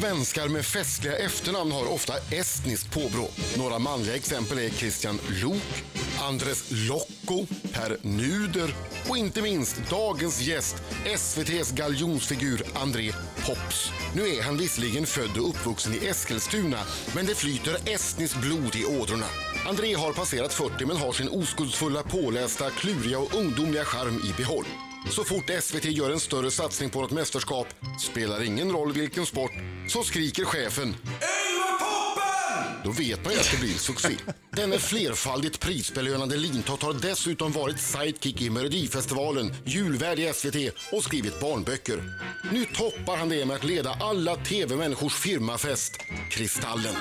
svenskar med festliga efternamn har ofta estniskt påbrå. Några manliga exempel är Christian Luuk, Andres Lokko, Per Nuder och inte minst dagens gäst, SVT:s galjonsfigur André Pops. Nu är han visserligen född och uppvuxen i Eskilstuna, men det flyter estniskt blod i ådrorna. André har passerat 40 men har sin oskuldsfulla, pålästa, kluriga och ungdomliga charm i behåll. Så fort SVT gör en större satsning på ett mästerskap, spelar ingen roll vilken sport, så skriker chefen då vet man ju att det blir succé. Denne flerfaldigt prisbelönade lintott har dessutom varit sidekick i Melodifestivalen, julvärd i SVT och skrivit barnböcker. Nu toppar han det med att leda alla tv-människors firmafest, Kristallen.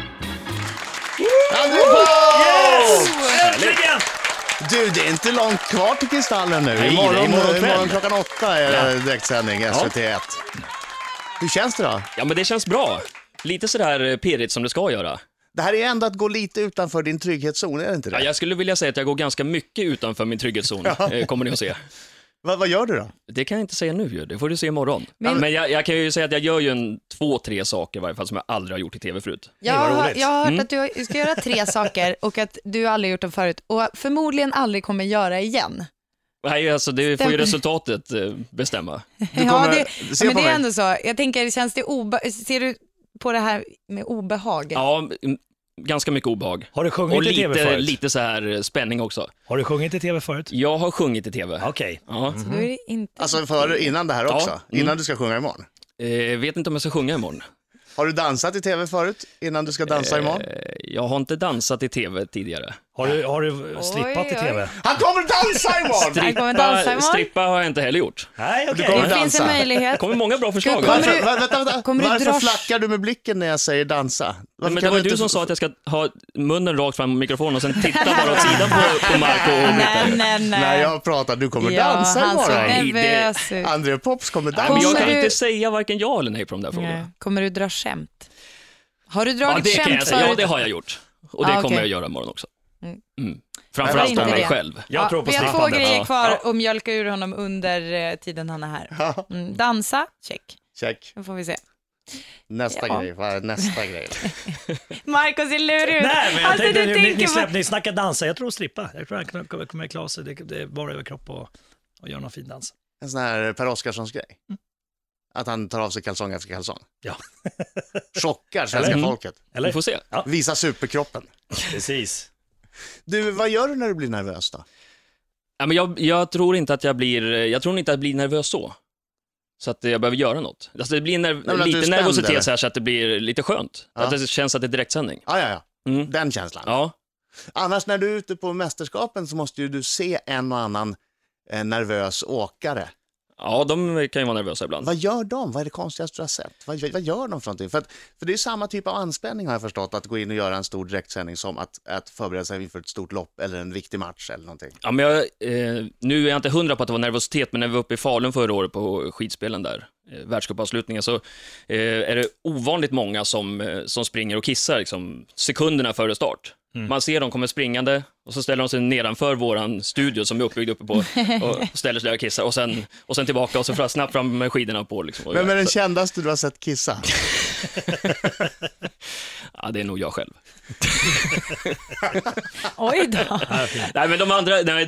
Äntligen! Du, det är inte långt kvar till Kristallen nu. Nej, Imorgon klockan 8 är det direktsändning, SVT1. Hur känns det då? Ja, men det känns bra. Lite sådär pirrigt som det ska göra. Det här är ändå att gå lite utanför din trygghetszon, är det inte det? Ja, jag skulle vilja säga att jag går ganska mycket utanför min trygghetszon, kommer ni att se. Vad gör du då? Det kan jag inte säga nu ju, det får du se imorgon. Men jag kan ju säga att jag gör ju 2-3 saker i varje fall som jag aldrig har gjort i tv förut. Jag har hört att du ska göra 3 saker och att du aldrig gjort dem förut och förmodligen aldrig kommer göra igen. Nej, alltså det får ju resultatet bestämma. Ja, men det är ändå så. Jag tänker, ser du på det här med obehag? Ja, ganska mycket obehag. Har du sjungit i tv förut? Lite så här spänning också. Har du sjungit i tv förut? Jag har sjungit i tv. Okej. Ja. Så då är det inte... Alltså innan det här också? Innan du ska sjunga imorgon? Vet inte om jag ska sjunga imorgon. Har du dansat i tv förut innan du ska dansa imorgon? Jag har inte dansat i tv tidigare. Har du strippat i tv? Han kommer dansa imorgon! Strippa har jag inte heller gjort. Nej, okej. Det finns en möjlighet. Det kommer många bra förslag. Varför flackar du med blicken när jag säger dansa? Men det var du som sa att jag ska ha munnen rakt fram mikrofonen och sen titta bara åt sidan på Marco och Britta. Nej, jag pratar, du kommer dansa imorgon. André Pops kommer dansa. Men jag kan inte säga varken ja eller nej på de där frågorna. Kommer du dra skämt? Har du dragit skämt förut? Ja, det har jag gjort. Och det kommer jag göra imorgon också. Framförallt om mig själv. Jag tror på vi har 2 grejer kvar och mjölka ur honom under tiden han är här. Dansa, check. Då får vi se. Nästa grej. Marcus är lurig. Nej, men jag tänkte, ni snackar dansa. Jag tror strippa. Jag tror han kommer klara sig. Det är bara över kropp och göra någon fin dans. En sån här Per Oscarssons grej. Att han tar av sig kalsong efter kalsong. Ja. Chockar svenska folket. Eller? Vi får se. Ja. Visa superkroppen. Precis. Du, vad gör du när du blir nervös då? Ja, men jag tror inte att jag blir nervös så att jag behöver göra något. Alltså det blir lite nervositet så att det blir lite skönt. Ja. Att det känns att det är direktsändning. Ja. Den känslan. Ja. Annars när du är ute på mästerskapen så måste ju du se en och annan nervös åkare. Ja, de kan ju vara nervösa ibland. Vad gör de? Vad är det konstigaste du har sett? Vad gör de för någonting? För det är samma typ av anspänning har jag förstått, att gå in och göra en stor direktsändning som att förbereda sig inför ett stort lopp eller en viktig match eller någonting. Ja, men nu är jag inte 100 på att det var nervositet, men när vi var uppe i Falun förra året på skidspelen där, världscupavslutningen, så är det ovanligt många som springer och kissar liksom, sekunderna före start. Man ser dem kommer springande och så ställer de sig nedanför våran studio som är uppbyggd uppe på och ställer sig där och kissar och sen tillbaka och så snabbt fram med skidorna på liksom. Men den kändaste du har sett kissa? Ja, det är nog jag själv. Oj då. Nej, men de andra, det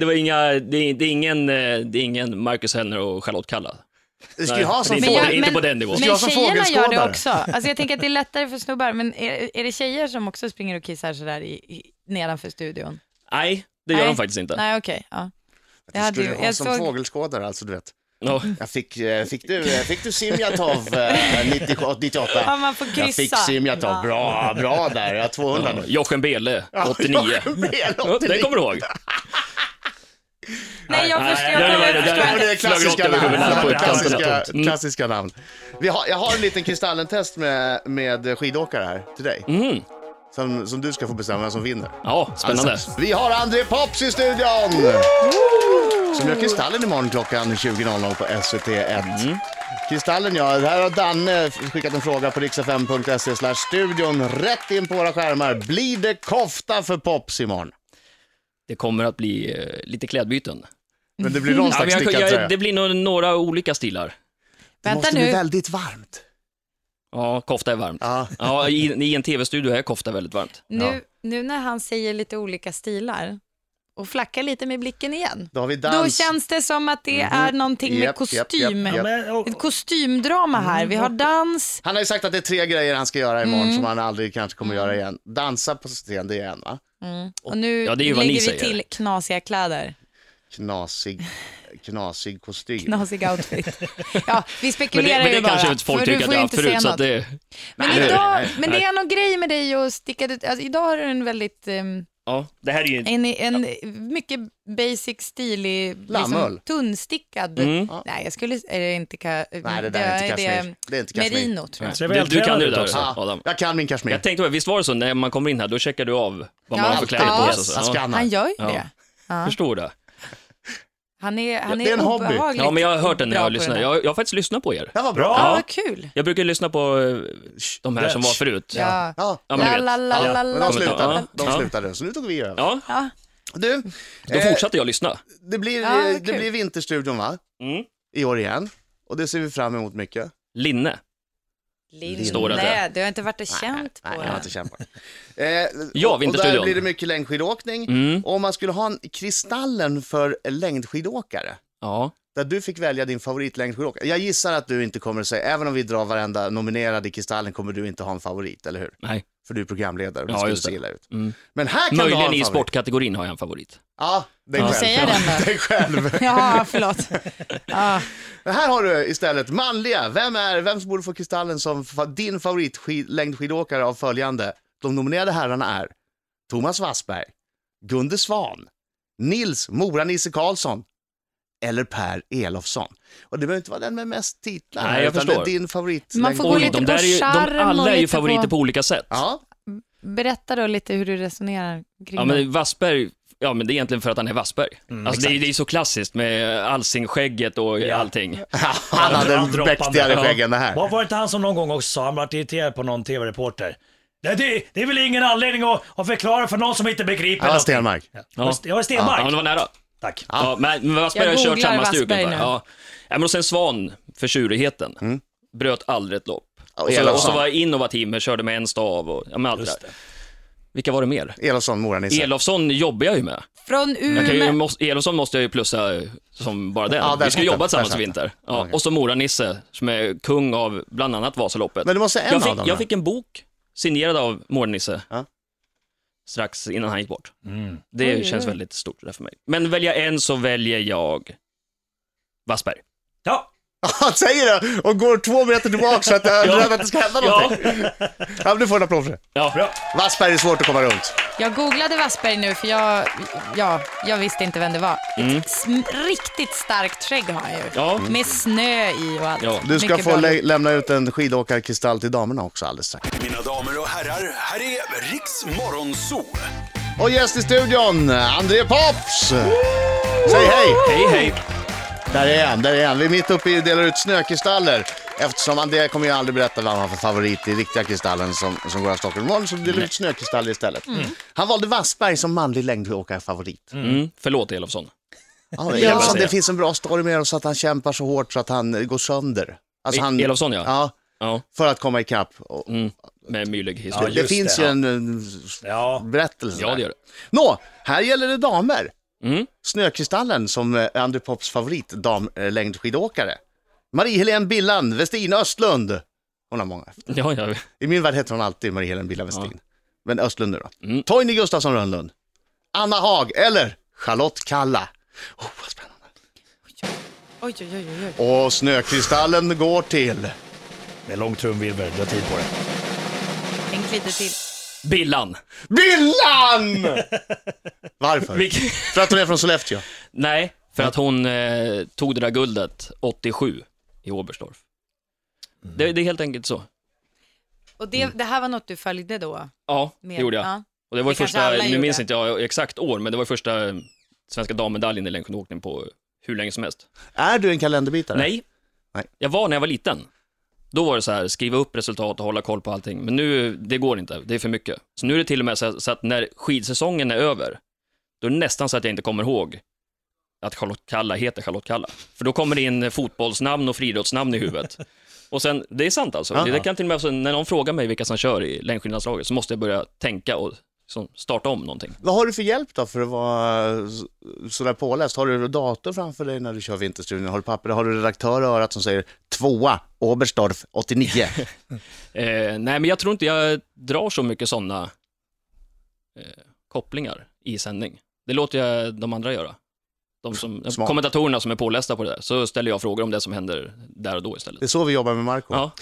är ingen Marcus Hellner och Charlotte Kalla. Det ska ju ha som inte på den nivån. Men tjejerna gör det också. Alltså jag tänker att det är lättare för snubbar. Men är det tjejer som också springer och kissar sådär nedanför studion? Nej, det gör de faktiskt inte. Nej, okej. Ja. Jag skulle ha som fågelskådare, alltså du vet. No. Fick du Simjatov 98? Ja, man får kryssa. Jag fick Simjatov, bra där. Jag har 200 nu. Jochen Bele, 89. Det kommer du ihåg. Nej, jag förstår. Det är klassiska namn. Jag har en liten kristallentest med skidåkare här till dig. Som du ska få bestämma vem som vinner. Ja, spännande. Alltså, vi har André Pops i studion! Som gör Kristallen imorgon klockan 20.00 på SVT1. Kristallen, ja. Här har Danne skickat en fråga på riksfm.se/studion. Rätt in på våra skärmar. Blir det kofta för Pops imorgon? Det kommer att bli lite klädbyten. Men det blir någon slags stickad tröja. Det blir nog några olika stilar. Det måste bli väldigt varmt. Ja, kofta är varmt. Ja. Ja, i en tv-studio är kofta väldigt varmt. Nu när han säger lite olika stilar och flackar lite med blicken igen, Då har vi dans. då känns det som att det är någonting med Japp, kostym. japp, japp. Ett kostymdrama här. Vi har dans. Han har ju sagt att det är 3 grejer han ska göra imorgon som han aldrig kanske kommer göra igen. Dansa på scen, det är en, va? Och nu Ja, det är ju vad ni lägger vi säger. till knasiga kläder. Knasig kostym. Knasig outfit. Ja, vi Men spekulerar det ju bara. kanske ett folk för tycker du att får jag har inte haft säga förut, så något. att det... Men det är någon grej med dig att sticka ut. Alltså, idag har du en väldigt... Ja, det här är ju... En mycket basic, stilig, Lammull. tunnstickad. Nej, jag skulle... Är det inte... Nej, det där är inte kashmir. Det är inte kashmir. Merino, tror jag. Så är Du kan vältränad det ut där också. Adam. Jag kan min kashmir. Jag tänkte, visst var det så, när man kommer in här, då checkar du av vad man har för kläder på Ja. sig. och så. Jag Ja, skannar. Han gör ju Ja. det. Ja. förstår det. Han är det är en hobby. obehagligt Ja, men jag har hört den när bra jag på lyssnar. den här. Jag har faktiskt lyssnat på er. Det var bra. Ja, Ja. vad kul. Jag brukar lyssna på de här som var förut. Ja. Ja. Ja, men ni vet. La, la, la, Men la, de slutade. Ja. De slutade, så nu tog vi över. Ja, Ja. Du, då fortsatte jag lyssna. det blir, Ja, vad det kul. blir Vinterstudion, va? Mm. I år igen. Och det ser vi fram emot mycket. Linne. Står det Nej, där? du har inte varit och känt Nej, på jag har det. inte känt på det. Ja, och där Vinterstudion. blir det mycket längdskidåkning. Och om man skulle ha en Kristallen för längdskidåkare, Ja. där du fick välja din favoritlängdskidåkare. Jag gissar att du inte kommer att säga, även om vi drar varenda nominerad i Kristallen, kommer du inte ha en favorit, eller hur? Nej. För du är programledare och det Ja, skulle just se det. illa ut. Mm. Men här kan du ha Möjligen en i favorit. sportkategorin har jag en favorit. Ja, dig Får själv. säga den då? Dig själv. Ja, förlåt. Ja. Men här har du istället manliga. Vem som borde få Kristallen som din favoritlängdskidåkare av följande? De nominerade herrarna är Thomas Wassberg, Gunde Svan, Nils Mora-Nisse Karlsson eller Per Elofsson. Och det behöver inte vara den med mest titlar. Nej, jag utan förstår. Det är din favorit. Man får gå lite de där är ju, charm alla och är ju lite favoriter på- på olika sätt. Ja, Berätta då lite hur du resonerar kring Ja, det. men Wassberg, ja, men det är egentligen för att han är Wassberg. Alltså, det är så klassiskt med allsing-skägget och allting. han hade en Droppande. mäktigare Ja. skägg än det här. Var det inte han som någon gång också sa, han var irriterad på någon tv-reporter? Det är väl ingen anledning att förklara för någon som inte begriper Ja, någonting. Stenmark. Jag var Stenmark. Ja, det var nära. Tack. Ja, men Wassberg Jag har kört googlar samma stuk Wassberg ungefär. nu. Ja. Ja, men och sen Svan för tjurigheten. Bröt aldrig ett lopp. Ja, Och så Elofsson. var jag innovativ, men körde med en stav och ja, med allt det Just där. det. Vilka var det mer? Elofsson, Mora-Nisse. Elofsson jobbar jag ju med. Från Jag kan ju, Umeå. Elofsson måste jag ju plussa som bara den. Ja, där Vi ska satt jobba den, tillsammans där i satt vinter. den. Ja, Okej. och så Mora-Nisse som är kung av bland annat Vasaloppet. Men du måste en av dem. Jag fick en bok signerad av Mora-Nisse Ja. strax innan han gick bort. Det Oj, oj, känns oj. väldigt stort där för mig. Men välja en så väljer jag Wassberg. Ja, Han säger det och går 2 meter tillbaka så att jag är rädd att det ska hända någonting. Ja, men du får en applåd för det. Ja, bra. Wassberg är svårt att komma runt. Jag googlade Wassberg nu för jag visste inte vem det var. Ett riktigt starkt skägg har han ju. Ja. Med snö i och allt. Ja. Du ska Mycket få bra. lämna ut en skidåkarkristall till damerna också alldeles strax. Mina damer och herrar, här är Riks Morgonzoo. Och gäst i studion, André Pops! Säg hej! Hej, hej. Där är han. Vi är mitt uppe i att dela ut snökristaller. Eftersom André kommer ju aldrig berätta vad han har för favorit i riktiga kristallen som går av Stockholm. Imorgon så delar ut snökristaller istället. Han valde Wassberg som manlig längdåkarfavorit. Förlåt Elofsson. Ja, jag Elofsson, säga. det finns en bra story med så att han kämpar så hårt så att han går sönder. Alltså han, Elofsson, ja. Ja, Ja, för att komma ikapp. Och, med myrlig Ja, historia. det just finns det, ju ja. en Ja. berättelse. Ja, där. det gör det. Nå, här gäller det damer. Mm. Snökristallen som André Pops favorit damlängdskidåkare. Marie-Helene Billan, Westin Östlund. Hon har många. Ja, ja. I min värld heter hon alltid Marie-Helene Billan Westin. Men Östlund nu då. Mm. Torgny Gustafsson Rönnlund. Anna Haag eller Charlotte Kalla. Oh, vad spännande. Oj, oj, oj, oj. Och snökristallen går till... Med lång trumvirvel, du har tid på det. Tänk lite till. Billan. Billan! Varför? Vilk- För att hon är från Sollefteå. Nej, för att hon tog det där guldet 87 i Oberstdorf. Det är helt enkelt så. Och det här var något du följde då? Ja, det Med, gjorde jag. ja. Och det var Det kanske första, alla nu gjorde. minns inte jag exakt år, men det var första svenska dammedaljen i längdskidåkning på hur länge som helst. Är du en kalenderbitare? Nej. Nej. Jag var när jag var liten. Då var det så här, skriva upp resultat och hålla koll på allting. Men nu, det går inte, det är för mycket. Så nu är det till och med så att när skidsäsongen är över, då är det nästan så att jag inte kommer ihåg att Charlotte Kalla heter Charlotte Kalla. För då kommer det in fotbollsnamn och friidrottsnamn i huvudet. Och sen, det är sant alltså. Ja. Det kan till och med, alltså, när någon frågar mig vilka som kör i längdskidlandslaget så måste jag börja tänka och starta om någonting. Vad har du för hjälp då för att vara sådär påläst? Har du dator framför dig när du kör Vinterstudion? Har du papper? Har du redaktör i örat som säger 2 Oberstdorf 89? Nej, men jag tror inte jag drar så mycket sådana kopplingar i sändning. Det låter jag de andra göra. Smart. Kommentatorerna som är pålästa på det där. Så ställer jag frågor om det som händer där och då istället. Det är så vi jobbar med Marco. Ja,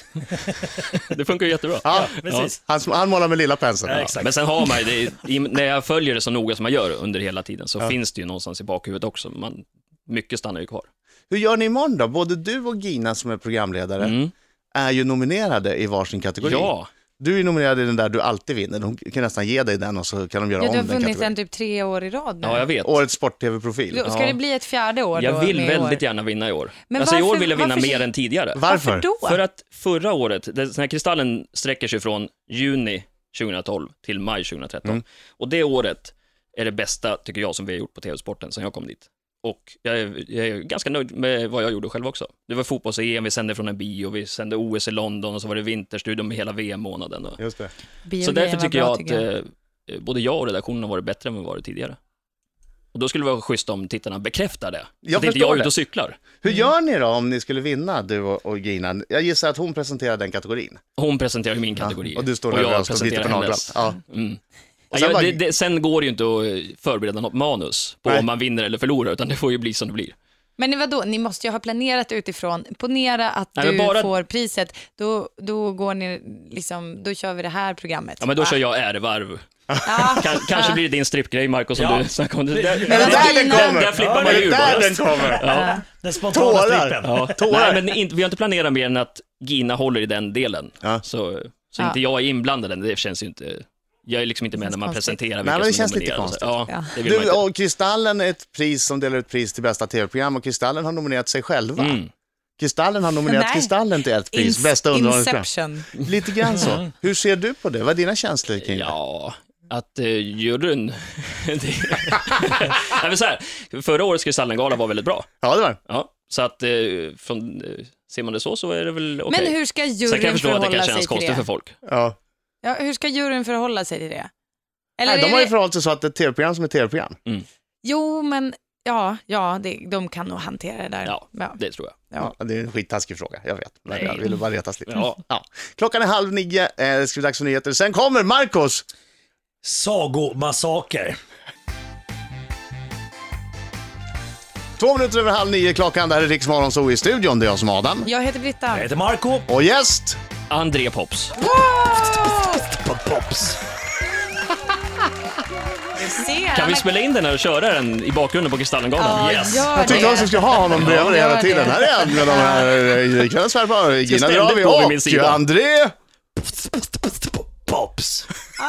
det funkar ju jättebra. Ja, Precis. han målar med lilla penseln. Ja, Ja. exakt. Men sen har man ju det, när jag följer det så noga som jag gör under hela tiden så finns det ju någonstans i bakhuvudet också. Mycket stannar ju kvar. Hur gör ni imorgon då? Både du och Gina som är programledare är ju nominerade i varsin kategori. Ja, Du är nominerad i den där du alltid vinner. De kan nästan ge dig den och så kan de göra Ja, om du har den vunnit kategorin. den typ 3 år i rad nu. ja, jag vet. Årets sport-tv-profil. Ska det bli ett 4:e år då? Jag vill med väldigt år? gärna vinna i år. Men Alltså i år varför- vill jag vinna varför- mer än tidigare. Varför? då? För att förra året, den här kristallen sträcker sig från juni 2012 till maj 2013. Och det året är det bästa, tycker jag, som vi har gjort på TV-sporten sen jag kom dit. Och jag är ganska nöjd med vad jag gjorde själv också. Det var fotbolls-EM, vi sände från en bio, vi sände OS i London och så var det Vinterstudion med hela VM-månaden. Just det. Så därför tycker jag att både jag och redaktionen har varit bättre än vad vi varit tidigare. Och då skulle det vara schysst om tittarna bekräftar det. Jag att inte förstår jag är det. ute och cyklar. Hur gör ni då om ni skulle vinna, du och Gina? Jag gissar att hon presenterar den kategorin. Hon presenterar min kategori. Och du står och där jag och sliter presenterar på naglarna. hennes. Ja. Mm. Och sen bara- Sen går det ju inte att förbereda något manus på Nej. om man vinner eller förlorar, utan det får ju bli som det blir. Men vadå, ni måste ju ha planerat utifrån, ponera att Nej, men du bara- får priset, då går ni liksom, då kör vi det här programmet. Ja, men då kör jag ärevarv. Ja. Kanske blir det din strippgrej, Marco, som Ja. du snackade om. Är det där den kommer? Där flippar Ja, man är det ur där bara. den kommer? Ja. Den spontana Tårar. strippen. Ja. Tårar. Nej, men vi har inte planerat mer än att Gina håller i den delen. Ja. Så Ja. inte jag är inblandad, det känns ju inte... Jag är liksom inte med känns när man konstigt. presenterar Nej, vilka men det som känns är lite nominerade. konstigt. Ja. Det vill man Du inte. och Kristallen är ett pris som delar ut pris till bästa tv-program och Kristallen har nominerat sig själva. Kristallen har nominerat Nej. Kristallen till ett pris, bästa underhållningsprogram. Inception. Lite grann så. Hur ser du på det? Vad är dina känslor kring det? Ja, att juryn... Nej, men så här, förra årets Kristallengala var väldigt bra. Ja, det var det. Ja, så att ser man det så är det väl okej. Men hur ska Sen kan jag juryn förstå att det förhålla kan sig kännas till konstigt det? för folk. Ja. Ja, hur ska juryn förhålla sig till det? Eller Nej, de är har ju det... förhållit sig så att det är ett tv-program som är ett tv-program. Jo, men de kan nog hantera det där. Ja, det tror jag. Ja. Ja, det är en skittaskig fråga, jag vet. Men Nej. jag ville bara retas lite. Ja. Ja. Klockan är 8:30, det ska bli dags för nyheter. Sen kommer Marcos. Sagomassaker. 2 minuter över 8:30 klockan, det här är Rix Morgonzoo i studion, det är jag som är Adam. Jag heter Britta. Jag heter Marco. Och gäst, André Pops. Pops. Kan vi spela in den här och köra den i bakgrunden på Kristallengalan? Yes. jag tyckte också att vi skulle ha honom bredvid dig hela tiden. Här är en med de här ikvällens svärpar. Gina ständigt drar vi gå vid min och sida. André. Pops.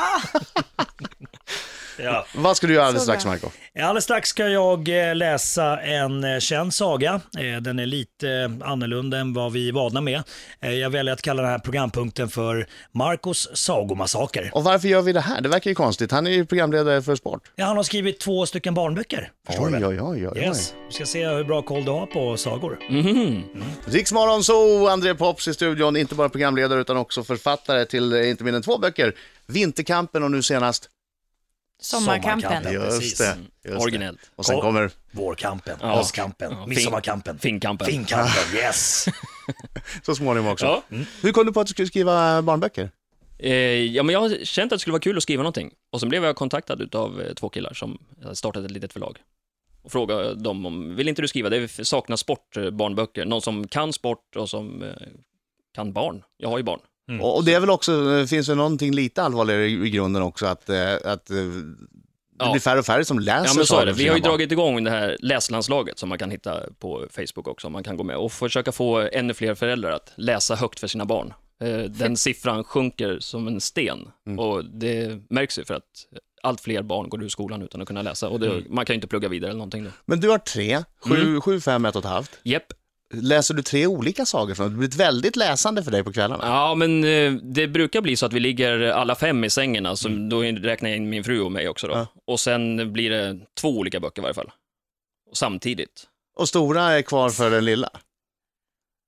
Ja. Vad ska du göra alldeles Så strax, bra. Marco? Alldeles strax ska jag läsa en känd saga. Den är lite annorlunda än vad vi är vana med. Jag väljer att kalla den här programpunkten för Marcos sagomassaker. Och varför gör vi det här? Det verkar ju konstigt. Han är ju programledare för sport. Ja, han har skrivit 2 stycken barnböcker. Förstår du väl? Oj. Yes. Vi ska se hur bra koll du har på sagor. Rix Morgonzoo, André Pops i studion. Inte bara programledare utan också författare till inte mindre än 2 böcker. Vinterkampen och nu senast. Sommarkampen. Ja, precis. Just det. Originellt. Och sen Ja. kommer... Vårkampen, Ja. höstkampen, midsommarkampen, Finnkampen. finkampen, yes. Så småningom också. Ja. Hur kom du på att du skulle skriva barnböcker? Ja, men jag har känt att det skulle vara kul att skriva någonting. Och sen blev jag kontaktad av 2 killar som startade ett litet förlag. Och frågade dem om, vill inte du skriva? Det saknas sportbarnböcker. Någon som kan sport och som kan barn. Jag har ju barn. Och det är väl också, finns det någonting lite allvarligare i grunden också att det blir färre och färre som läser Ja, men så är det. för Vi har ju sina barn. dragit igång det här läslandslaget som man kan hitta på Facebook också. Man kan gå med och försöka få ännu fler föräldrar att läsa högt för sina barn. Den siffran sjunker som en sten och det märks ju för att allt fler barn går ur skolan utan att kunna läsa och man kan ju inte plugga vidare eller någonting då. Men du har 3, 7, 5, 1,5. Japp. Läser du 3 olika sagor från? Det blir ett väldigt läsande för dig på kvällarna. Ja, men det brukar bli så att vi ligger alla 5 i sängen, alltså, då räknar jag in min fru och mig också då. Ja. Och sen blir det 2 olika böcker i varje fall. Och samtidigt. Och stora är kvar för den lilla.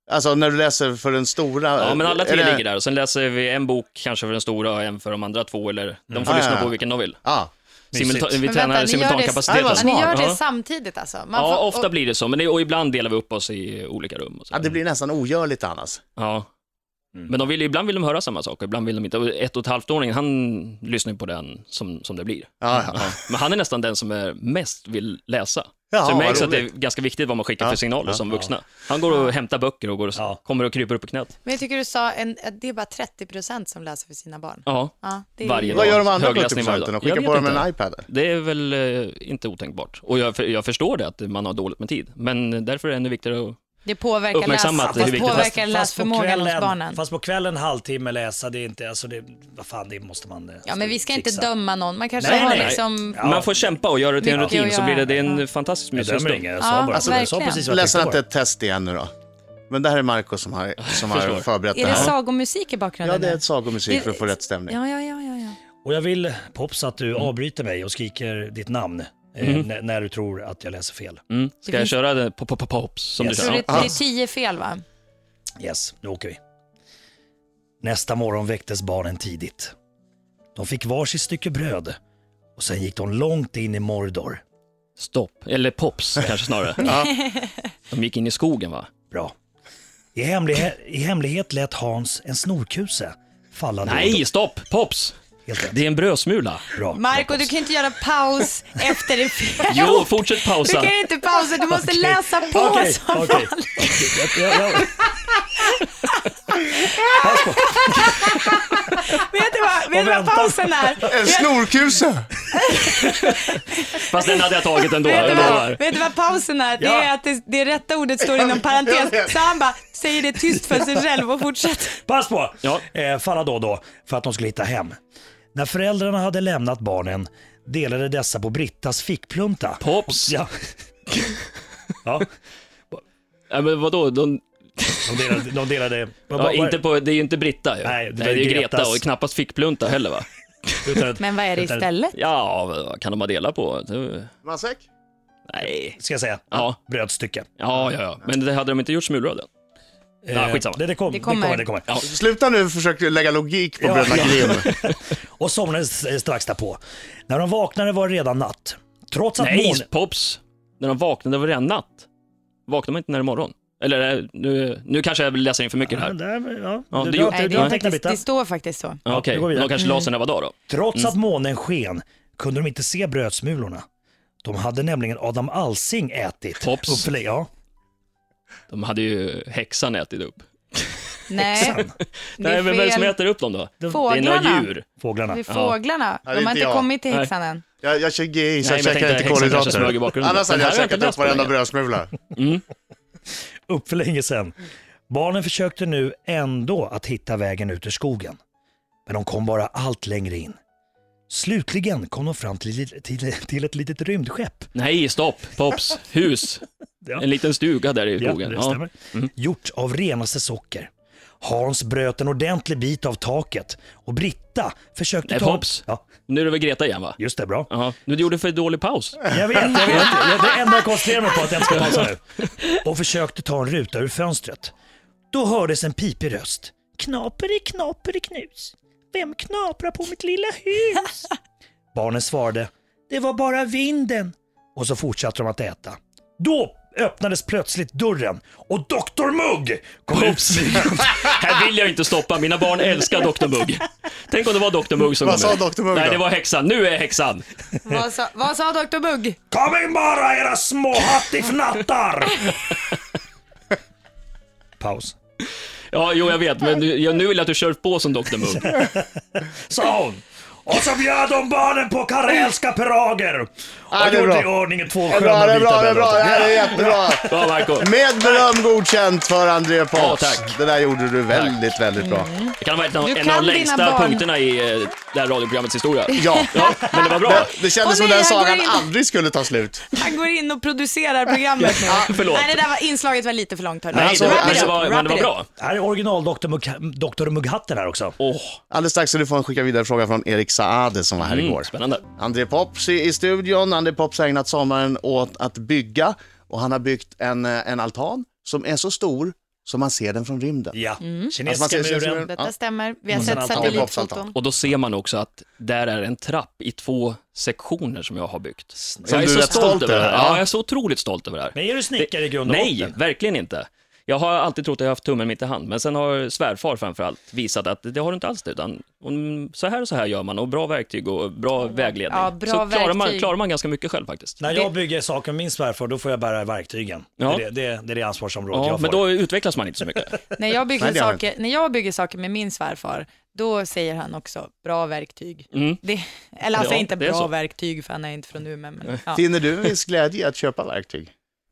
Alltså när du läser för den stora... Ja, men alla 3 ligger där och sen läser vi en bok kanske för den stora och en för de andra 2 eller de får lyssna på vilken de vill. Ja. Vi tränar simultankapacitet. Ni gör det samtidigt alltså? Ofta blir det så, men och ibland delar vi upp oss i olika rum. Och så. Ja, det blir nästan ogörligt annars. Ja. Men ibland vill de höra samma sak, ibland vill de inte. 1,5-åringen, han lyssnar ju på den som det blir. Ja. Men han är nästan den som mest vill läsa. Jaha, så det märks att det är roligt. ganska viktigt vad man skickar för signaler som vuxna. Han går och hämtar böcker och kommer och kryper upp på knät. Men jag tycker du sa att det är bara 30% som läser för sina barn. Ja, det är varje dag. Vad gör de andra Högläsning varje 70%? dag. Och skickar på dem en iPad? Det är väl inte otänkbart. Och jag förstår det, att man har dåligt med tid. Men därför är det ännu viktigare att det påverkar uppmärksammat hur viktigt det är. läsförmågan hos barnen. Fast på kvällen halvtimme läsa, det är inte, alltså det måste man Ja, men vi ska fixa. inte döma någon. Man kanske har liksom... Man får kämpa och göra det till en Mycket rutin, att så blir det göra. en fantastisk Jag mysig dömer stund. ingen, jag sa bara. Jag sa precis vad jag Ledsen tänkte att det är ett test igen nu då. Men det här är Marco som har förberett Är det sagomusik i bakgrunden? Ja, det är ett sagomusik för att få rätt stämning. Ja. Och jag vill, Pops, att du avbryter mig och skriker ditt namn när du tror att jag läser fel. Ska jag köra det pops som Yes. du Så kör? det är 10 fel, va? Yes, nu åker vi. Nästa morgon väcktes barnen tidigt. De fick varsitt stycke bröd och sen gick de långt in i Mordor. Stopp, eller pops kanske snarare. De gick in i skogen, va? Bra. I hemlighet lät Hans en snorkuse falla. Nej, stopp, pops! Helt rätt. Det är en brödsmula. Bra. Marco, du kan inte göra paus efter det fel. Jo, fortsätt Du pausa. kan inte pausa, du måste läsa på. Okej. Vet du vad pausen är? En snorkuse! Fast den hade jag tagit ändå. Vet du vad pausen är? Det är att det rätta ordet står inom parentes. Så han bara säger det tyst för sig själv och fortsätter. Pass på! Ja. Falla då för att de skulle hitta hem. När föräldrarna hade lämnat barnen delade dessa på Brittas fickplunta. Pops. Ja. Ja, Ja, men vadå? de delade Inte på, det är ju inte Britta. Ju. Nej, det är ju Greta och knappast fickplunta heller, va? Men vad är det istället? Ja, vad kan de ha delat på? Matsäck? Nej. Ska jag säga. Ja. Brödstycke. Ja. Men det hade de inte gjort smulbröden. Ja, skitsamma. Det kommer. Ja. Sluta nu försöka lägga logik på bröderna Grimm. Och somnade strax därpå. När de vaknade var det redan natt. Trots att Nej, pops. När de vaknade var det redan natt. Vaknade man inte när det är morgon? Eller nu kanske jag läser in för mycket här. Det står faktiskt så. Ja, okej, de kanske la sig när det var dag då. Trots att månen sken kunde de inte se brödsmulorna. De hade nämligen Adam Alsing ätit. Pops. Ja. De hade ju häxan ätit upp. Nej, Nej, men vem är det som äter upp dem då? Fåglarna. Det är några djur. Fåglarna. Det är fåglarna. Ja, De har inte jag. kommit till häxan än. Jag kör GI, så Nej, jag men käkar jag inte tänkte häxan kanske smög i kolhydrater. bakgrunden. Annars hade Den jag här har käkat inte upp varenda läst på länge. brödsmula. Upp för länge sedan. Barnen försökte nu ändå att hitta vägen ut ur skogen. Men de kom bara allt längre in. Slutligen kom de fram till ett litet rymdskepp. Nej, stopp. Pops. Hus. Ja. En liten stuga där i Ja, skogen. det stämmer. Gjort av renaste socker. Hans bröt en ordentlig bit av taket och Britta försökte Nej, ta... Pops. Ja, Nu är det väl Greta igen, va? just det, bra. Ja. Du gjorde för dålig paus. Jag vet. Det enda jag koncentrerar mig på att jag inte ska pausa nu. Och försökte ta en ruta ur fönstret. Då hördes en pipig röst. Knaperi knus. Vem knaprar på mitt lilla hus? Barnen svarade. Det var bara vinden. Och så fortsatte de att äta. Då öppnades plötsligt dörren och Dr. Mugg kom ut. Här vill jag inte stoppa. Mina barn älskar Dr. Mugg. Tänk om det var Dr. Mugg som Vad kom sa med. Dr. Mugg Nej, då? det var häxan. Nu är häxan. Vad sa Dr. Mugg? Kom in bara era små hattifnattar! Paus. Ja, jo, jag vet. Men nu vill jag att du kör på som Dr. Mugg. Sa hon. Och så bjöd de barnen på karelska pirager. Och det är gjorde bra. i ordning två Det är sköna bra, det är bra, det är bra. Det här är Ja. jättebra. Bra, Marco. Med beröm godkänt för André Pops. Ja, tack. Det där gjorde du väldigt, väldigt bra. Det kan ha varit en kan av de dina längsta barn. punkterna i det här radioprogrammets historia. Ja, Men det var bra. det kändes Åh, som nej, den han går sagan in. aldrig skulle ta slut. Han går in och producerar programmet nu. Förlåt. Nej, det där inslaget var lite för långt. Hörni. Nej, Alltså, men Wrap it det up, var wrap it up. bra. Här är original Dr. Mugghatten här också. Alldeles strax så du får en skicka vidare fråga från Erik Saade som var här igår. Spännande. André Pops i studion. André Pops har ägnat sommaren åt att bygga och han har byggt en altan som är så stor så man ser den från rymden. Ja, Alltså, man kinesiska ser- muren. Detta Ja. stämmer. Vi har Och sen sett altan. satellitfoton. Och då ser man också att där är en trapp i 2 sektioner som jag har byggt. Så jag är du är så rätt stolt stolt över det här. över. Ja, Ja. jag är så otroligt stolt över det här. Men är du snickare i grund och Nej, botten? verkligen inte. Jag har alltid trott att jag har haft tummen mitt i hand, men sen har svärfar framförallt visat att det har du inte alls det, utan så här och så här gör man, och bra verktyg och bra vägledning. Ja, bra så klarar verktyg. man ganska mycket själv faktiskt. När jag bygger saker med min svärfar, då får jag bära verktygen. Ja. Det är det ansvarsområdet Ja, jag får. men då utvecklas man inte så mycket. När jag bygger Nej, det har jag saker, när jag bygger saker med min svärfar, då säger han också bra verktyg. Mm. Eller alltså Ja, inte det är bra så. verktyg, för han är inte från Umeå. Men, ja. Finner du en viss glädje i att köpa verktyg?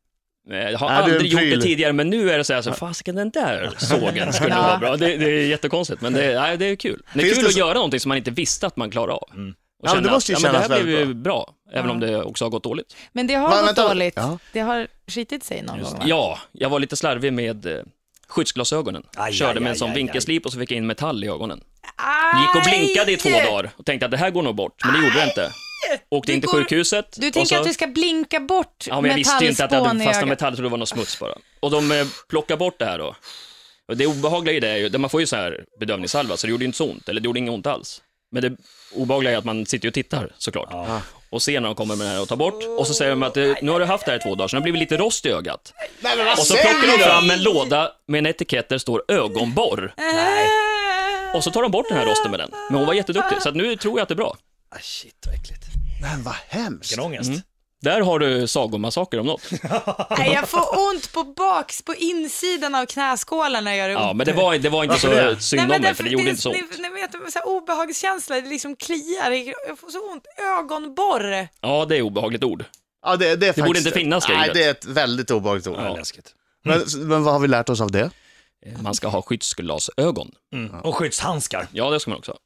Jag har Är du aldrig en gjort pryl? det tidigare, men nu är det så här, fasiken den där sågen skulle nog vara bra. Det är jättekonstigt, men det är kul. Det är Finns kul det att så- göra någonting som man inte visste att man klarar av. Och Ja, men det känna måste ju att, men det här kännas blev ju väldigt bra, även om det också har gått dåligt. Men det har Va, gått vänta. dåligt. Ja. Det har skitit sig någon gång. Va? Ja, jag var lite slarvig med skyddsglasögonen. Aj, Körde aj, med en aj, sån aj, vinkelslip och så fick jag in metall i ögonen. Gick och blinkade i 2 dagar och tänkte att det här går nog bort, men det gjorde det inte. Åkte Du in till går- sjukhuset. Du och tänker så, att du ska blinka bort ja, men jag visste ju inte att det metallspån hade i fastnat ögat. metall, jag trodde det var något smuts bara. Och de plockar bort det här då. Och det obehagliga i det är ju, där man får ju så här bedövningssalva, så det gjorde ju inte så ont, eller det gjorde inget ont alls. Men det obehagliga är att man sitter och tittar, såklart. Och ser när de kommer med det här och tar bort. Och så säger de att nu har du haft det här i 2 dagar, så det har blivit lite rost i ögat. Nej, men vad Och så säger plockar de du? fram en låda med en etikett där det står ögonborr. Och så tar de bort den här rosten med den. Men hon var jätteduktig, så att nu tror jag att det är bra. Ah, shit, vad äckligt. Men vad hemskt. Vilken ångest. Där har du sagomassaker om något. Nej, jag får ont på insidan av knäskålen när jag gör det ont. Ja, men det var inte så synd om mig, för det gjorde inte så ont. Nej, vet, så här obehagskänsla, det liksom kliar. Jag får så ont. Ögonborr. Ja, det är obehagligt ord. Ja, det är borde faktiskt- inte finnas Nej, skrivet. det är ett väldigt obehagligt ord. Ja. Läskigt. Men vad har vi lärt oss av det? Man ska ha skyddsglasögon. Och skyddshandskar. Ja, det ska man också ha.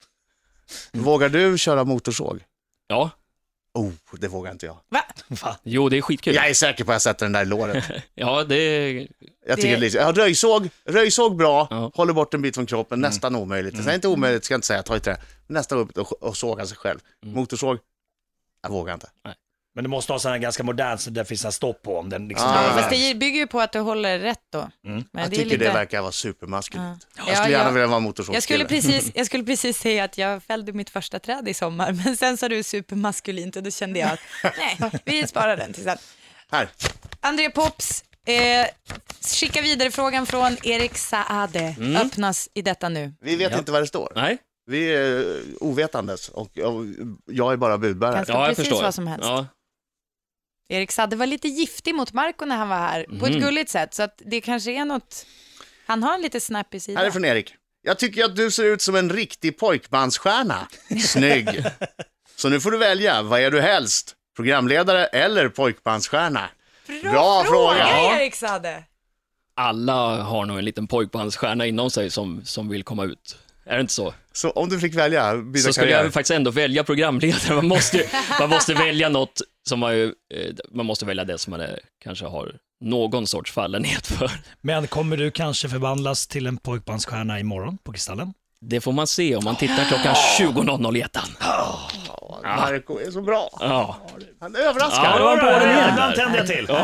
Vågar du köra motorsåg? Ja, Oh, det vågar inte jag. Va? jo, det är skitkul. Jag är säker på att jag sätter den där i låret. Ja, det Jag tycker det är röjsåg bra, Ja. håller bort en bit från kroppen, nästan omöjligt. Det är inte omöjligt, ska jag inte säga, ta i trä. Nästan upp och såga sig själv. Motorsåg, jag vågar inte. Men du måste ha sådana ganska modernt så det finns en stopp på om den liksom Ja, drar Ja, iväg. fast det bygger ju på att du håller rätt då. Men Jag det är tycker lite... det verkar vara supermaskulint. Ja. Jag skulle Ja, gärna jag- vilja vara motorsågskille. Jag skulle precis säga att jag fällde mitt första träd i sommar, men sen sa du supermaskulint och då kände jag att nej, vi sparar den till sen. Här, André Pops, skicka vidare frågan från Erik Saade. Öppnas i detta nu. vi vet inte vad det står. Nej, Vi är ovetandes och jag är bara budbärare. Ganska ja, jag precis förstår. vad som helst. Ja, Erik Saade var lite giftig mot Marco när han var här, på ett gulligt sätt, så att det kanske är något, han har en lite snappy sida. Här är från Erik. Jag tycker att du ser ut som en riktig pojkbandsstjärna. Snygg. Så nu får du välja, vad är du helst? Programledare eller pojkbandsstjärna? Bra fråga. Ja. Erik Saade. alla har nog en liten pojkbandsstjärna inom sig som vill komma ut. Är det inte så? Så om du fick välja, byta Så skulle karriär. jag faktiskt ändå välja programledare. Man måste välja något som man måste välja det som man kanske har någon sorts fallenhet för. Men kommer du kanske förvandlas till en pojkbandsstjärna imorgon på Kristallen? Det får man se om man tittar klockan 20.00 i ettan. Marco är så bra. Ja. Han överraskar. Ja, det var på den igen Den där. tänder jag till.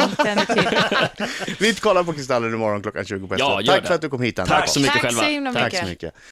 Den till. Vi kollar på Kristallen imorgon klockan 20 på SVT. Ja, gör Tack det. för att du kom hit, Anna. Tack så mycket Tack själva. så himla Tack mycket. så mycket.